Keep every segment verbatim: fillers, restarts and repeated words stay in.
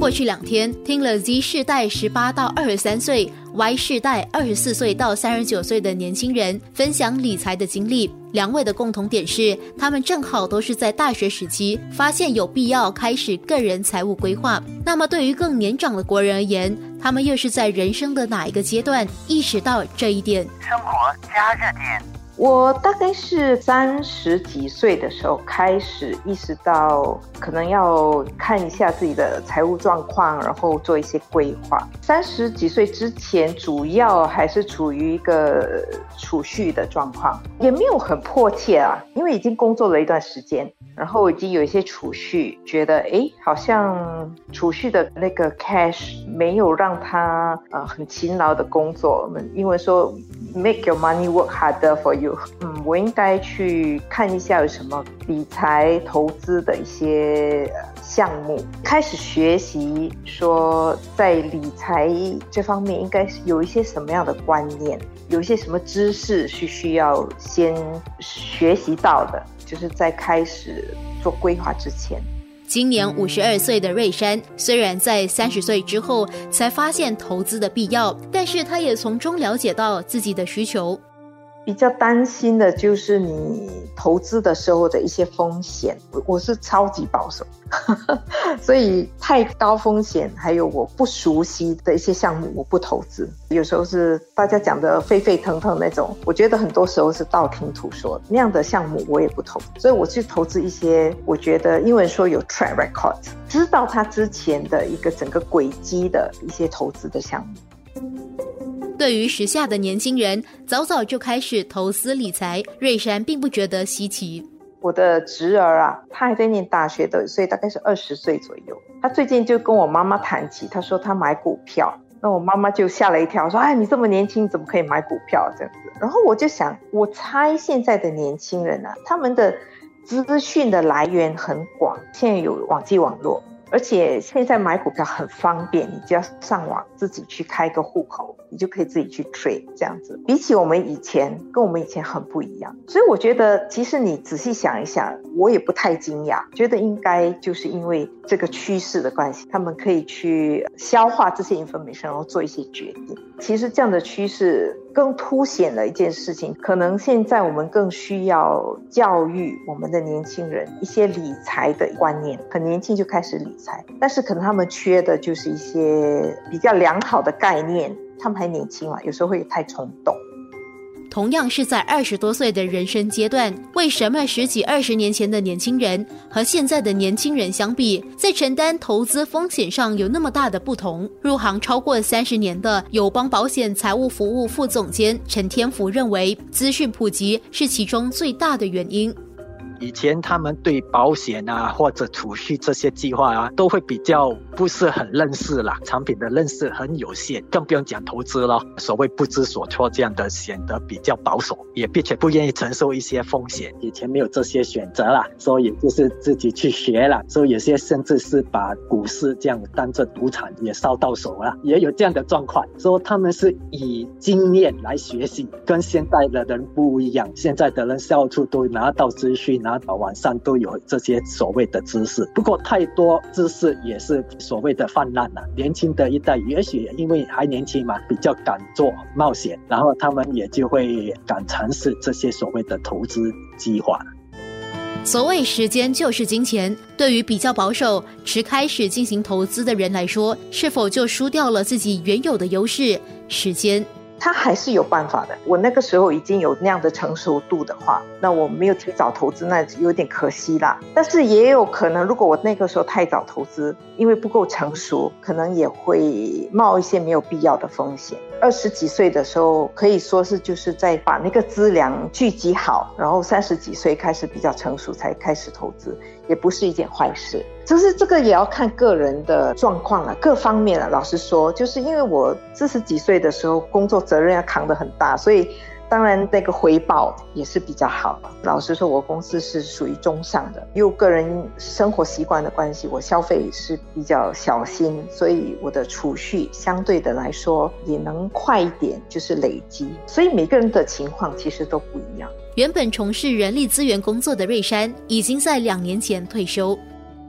过去两天，听了 Z 世代十八到二十三岁、Y 世代二十四岁到三十九岁的年轻人分享理财的经历。两位的共同点是，他们正好都是在大学时期发现有必要开始个人财务规划。那么对于更年长的国人而言，他们又是在人生的哪一个阶段意识到这一点？ 生活加热点。 我大概是三十几岁的时候开始意识到，可能要看一下自己的财务状况，然后做一些规划。三十几岁之前，主要还是处于一个储蓄的状况，也没有很迫切啊，因为已经工作了一段时间，然后已经有一些储蓄，觉得诶，好像储蓄的那个 cash 没有让他呃很勤劳的工作。我们英文说 make your money work harder for you。嗯，我应该去看一下有什么理财投资的一些项目，开始学习说在理财这方面应该有一些什么样的观念，有一些什么知识是需要先学习到的，就是在开始做规划之前。 今年五十二岁的瑞珊，虽然在三十岁之后才发现投资的必要，但是她也从中了解到自己的需求。 比较担心的就是你投资的时候的一些风险，我是超级保守所以太高风险还有我不熟悉的一些项目我不投资，有时候是大家讲的沸沸腾腾那种，我觉得很多时候是道听途说，那样的项目我也不投资，所以我去投资一些我觉得英文说有 track record， 知道它之前的一个整个轨迹的一些投资的项目。 对于时下的年轻人早早就开始投资理财，瑞珊并不觉得稀奇。 我的侄儿啊，他还在念大学的，所以大概是二十岁左右。他最近就跟我妈妈谈起，他说他买股票，那我妈妈就吓了一跳，说：“哎，你这么年轻，怎么可以买股票？”这样子。然后我就想，我猜现在的年轻人啊，他们的资讯的来源很广，现在有网际网络。而且现在买股票很方便，你只要上网自己去开个户口，你就可以自己去 trade 这样子。比起我们以前，跟我们以前很不一样。所以我觉得其实你仔细想一想，我也不太惊讶，觉得应该就是因为这个趋势的关系，他们可以去消化这些 information， 然后做一些决定。其实这样的趋势更凸显了一件事情，可能现在我们更需要教育我们的年轻人一些理财的观念，很年轻就开始理财，但是可能他们缺的就是一些比较良好的概念，他们还年轻嘛，有时候会太冲动。 同样是在二十多岁的人生阶段，为什么十几二十年前的年轻人和现在的年轻人相比，在承担投资风险上有那么大的不同？入行超过三十年的友邦保险财务服务副总监陈天福认为，资讯普及是其中最大的原因。 以前他们对保险啊或者储蓄这些计划啊都会比较不是很认识啦，产品的认识很有限，更不用讲投资了。所谓不知所措，这样的显得比较保守，也并且不愿意承受一些风险。以前没有这些选择啦，所以就是自己去学啦，所以有些甚至是把股市这样当作赌场也烧到手啦，也有这样的状况。所以他们是以经验来学习，跟现在的人不一样。现在的人到处都拿到资讯，拿到网上都有这些所谓的知识，不过太多知识也是所谓的泛滥了。年轻的一代也许因为还年轻嘛，比较敢做冒险，然后他们也就会敢尝试这些所谓的投资计划。 所谓时间就是金钱，对于比较保守迟开始进行投资的人来说，是否就输掉了自己原有的优势——时间？ 他还是有办法的。我那个时候已经有那样的成熟度的话，那我没有提早投资，那有点可惜啦。但是也有可能，如果我那个时候太早投资，因为不够成熟，可能也会冒一些没有必要的风险。二十几岁的时候，可以说是就是在把那个资粮聚集好，然后三十几岁开始比较成熟才开始投资，也不是一件坏事。就是这个也要看个人的状况了，各方面了。老实说，就是因为我四十几岁的时候，工作责任要扛得很大，所以当然那个回报也是比较好。老实说，我公司是属于中上的，因为个人生活习惯的关系，我消费是比较小心，所以我的储蓄相对的来说也能快一点，就是累积。所以每个人的情况其实都不一样。 原本从事人力资源工作的瑞珊，已经在两年前退休。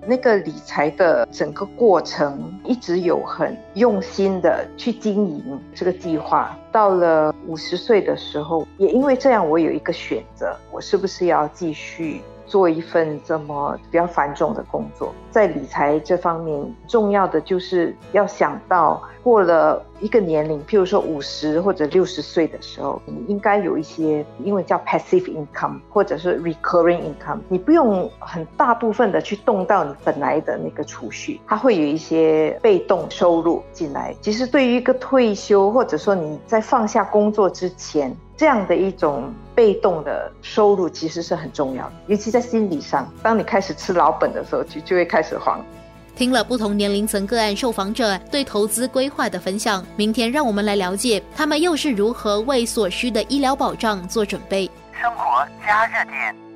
那个理财的整个过程一直有很用心的去经营这个计划。到了五十岁的时候，也因为这样，我有一个选择，我是不是要继续做一份这么比较繁重的工作。在理财这方面，重要的就是要想到过了一个年龄，譬如说五十或者六十岁的时候，你应该有一些英文叫 passive income 或者是 recurring income， 你不用很大部分的去动到你本来的那个储蓄，它会有一些被动收入进来。其实对于一个退休，或者说你在放下工作之前，这样的一种被动的收入其实是很重要的，尤其在心理上，当你开始吃老本的时候，就就会开始慌。 听了不同年龄层个案受访者对投资规划的分享，明天让我们来了解他们又是如何为所需的医疗保障做准备。 生活加热点。